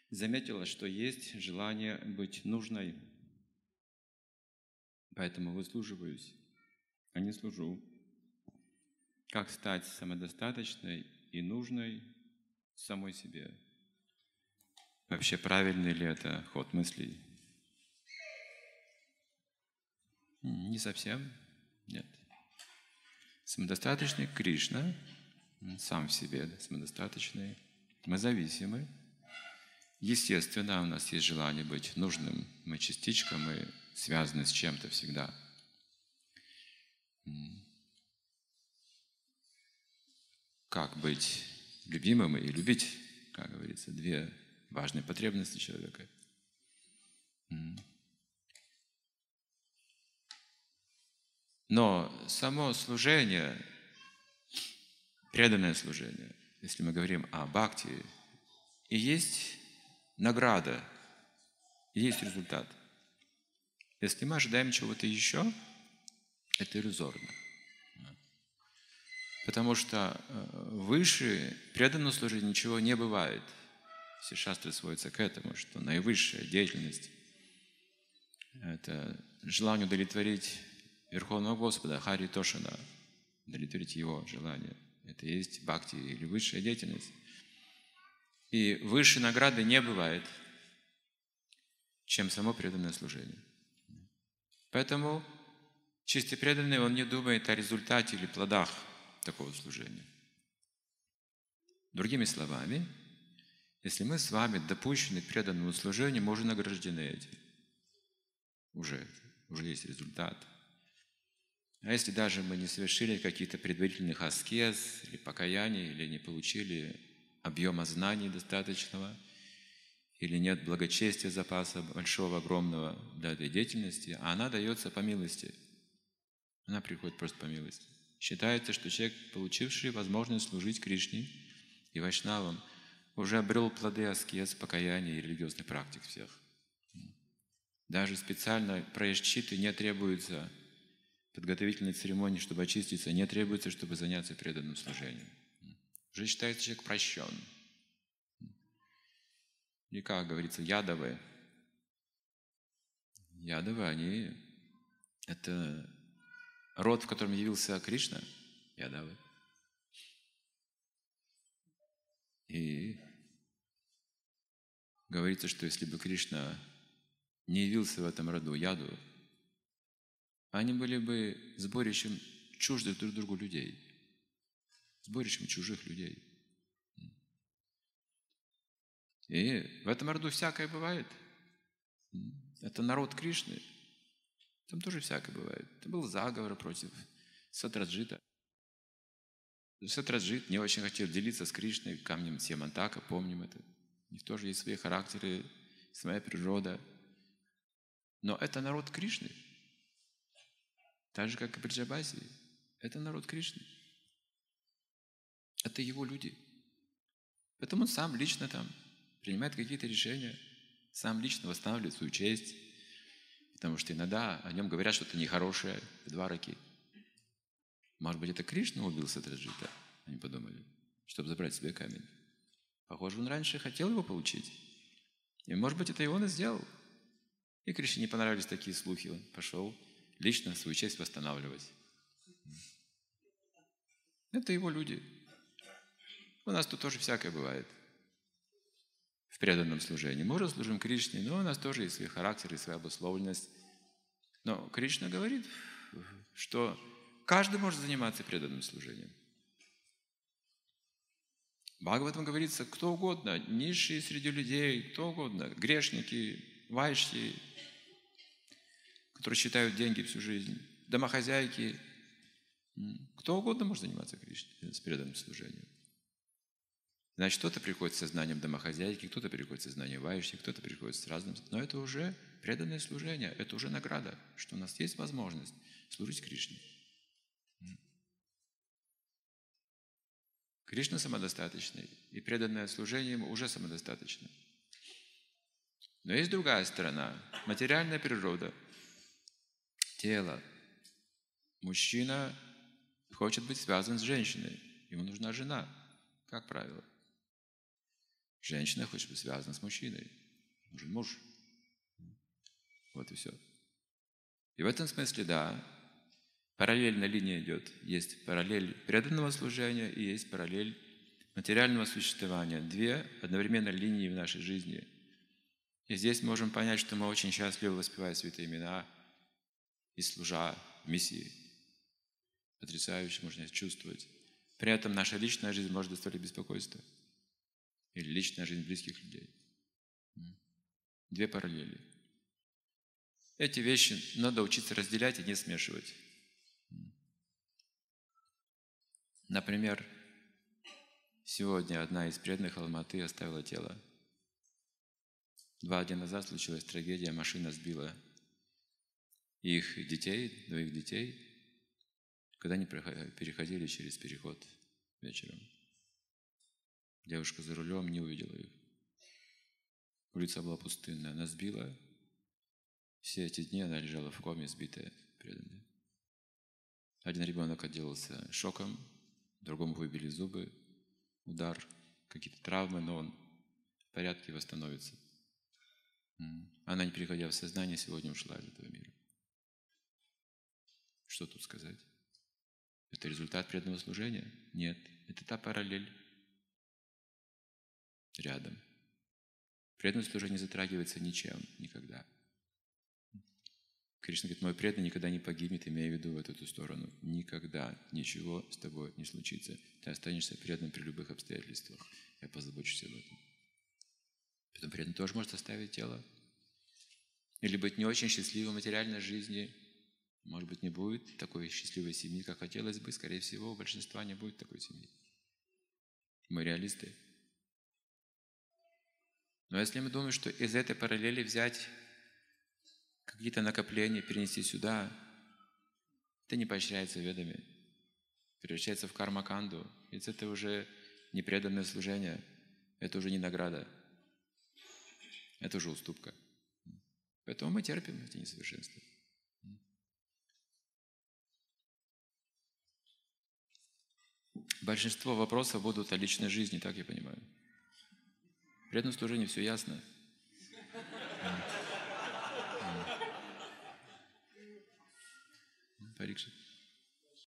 заметила, что есть желание быть нужной, поэтому выслуживаюсь, а не служу. Как стать самодостаточной и нужной самой себе? Вообще правильный ли это ход мыслей? Не совсем, нет. Самодостаточный Кришна, он сам в себе самодостаточный. Мы зависимы. Естественно, у нас есть желание быть нужным. Мы частичка, мы связаны с чем-то всегда. Как быть любимым и любить, как говорится, две важные потребности человека. Но само служение, преданное служение, если мы говорим о бхакти, и есть награда, и есть результат. Если мы ожидаем чего-то еще, это иллюзорно. Потому что выше преданного служения ничего не бывает. Все шастры сводятся к этому, что наивысшая деятельность – это желание удовлетворить Верховного Господа, Хари Тошина, удовлетворить Его желание. Это и есть бхакти или высшая деятельность. И выше награды не бывает, чем само преданное служение. Поэтому чистый преданный, он не думает о результате или плодах такого служения. Другими словами, если мы с вами допущены к преданному служению, мы уже награждены этим. Уже есть результат. А если даже мы не совершили каких-то предварительных аскез или покаяний, или не получили объема знаний достаточного, или нет благочестия запаса большого, огромного для этой деятельности, а она дается по милости. Она приходит просто по милости. Считается, что человек, получивший возможность служить Кришне и Вайшнавам, уже обрел плоды аскез, покаяния и религиозных практик всех. Даже специально праяшчиты не требуется, подготовительной церемонии, чтобы очиститься, не требуется, чтобы заняться преданным служением. Уже считается человек прощен. И как говорится, ядовы. Ядовы, они – это род, в котором явился Кришна, ядовы. И говорится, что если бы Кришна не явился в этом роду яду, они были бы сборищем чуждых друг другу людей, сборищем чужих людей. И в этом роду всякое бывает. Это народ Кришны. Там тоже всякое бывает. Это был заговор против Сатраджита. Сатраджит не очень хотел делиться с Кришной камнем Сьямантака, помним это. У них тоже есть свои характеры, своя природа. Но это народ Кришны. Так же, как и Бриджабаси. Это народ Кришны. Это его люди. Поэтому он сам лично там принимает какие-то решения, сам лично восстанавливает свою честь, потому что иногда о нем говорят что-то нехорошее в Двараке. Может быть, это Кришна убил Сатраджита, они подумали, чтобы забрать себе камень. Похоже, он раньше хотел его получить. И, может быть, это и он и сделал. И Кришне не понравились такие слухи. Он пошел лично свою честь восстанавливать. Это его люди. У нас тут тоже всякое бывает. В преданном служении. Мы уже служим Кришне, но у нас тоже есть свой характер и своя обусловленность. Но Кришна говорит, что каждый может заниматься преданным служением. В Бхагаватам говорится, кто угодно, низшие среди людей, кто угодно, грешники, вайши, которые считают деньги всю жизнь, домохозяйки, кто угодно может заниматься Кришной, с преданным служением. Значит, кто-то приходит с сознанием домохозяйки, кто-то приходит с сознанием вайши, кто-то приходит с разным. Но это уже преданное служение, это уже награда, что у нас есть возможность служить Кришне. Кришна самодостаточный, и преданное служение ему уже самодостаточно. Но есть другая сторона, материальная природа, тело. Мужчина хочет быть связан с женщиной, ему нужна жена, как правило. Женщина хочет быть связана с мужчиной. Нужен муж. Вот и все. И в этом смысле, да, параллельная линия идет. Есть параллель преданного служения и есть параллель материального существования. Две одновременно линии в нашей жизни. И здесь можем понять, что мы очень счастливы воспевать святые имена и служа в миссии. Потрясающе можно чувствовать. При этом наша личная жизнь может доставлять беспокойство. Или личная жизнь близких людей. Две параллели. Эти вещи надо учиться разделять и не смешивать. Например, сегодня одна из преданных Алматы оставила тело. 2 дня назад случилась трагедия, машина сбила их детей, 2 детей, когда они переходили через переход вечером. Девушка за рулем не увидела их. Улица была пустынная, она сбила. Все эти дни она лежала в коме, сбитая, преданная. Один ребенок отделался шоком, другому выбили зубы, удар, какие-то травмы, но он в порядке восстановится. Она, не переходя в сознание, сегодня ушла из этого мира. Что тут сказать? Это результат преданного служения? Нет. Это та параллель. Рядом. Преданное служение не затрагивается ничем, никогда. Кришна говорит, мой преданный никогда не погибнет, имея в виду в эту сторону. Никогда ничего с тобой не случится. Ты останешься преданным при любых обстоятельствах. Я позабочусь об этом. Поэтому преданный тоже может оставить тело. Или быть не очень счастливым в материальной жизни. Может быть, не будет такой счастливой семьи, как хотелось бы. Скорее всего, у большинства не будет такой семьи. Мы реалисты. Но если мы думаем, что из этой параллели взять какие-то накопления, перенести сюда, это не поощряется ведами. Превращается в карма-канду. Ведь это уже не преданное служение. Это уже не награда. Это уже уступка. Поэтому мы терпим эти несовершенства. Большинство вопросов будут о личной жизни, так я понимаю. В преданном служении все ясно. Парикша.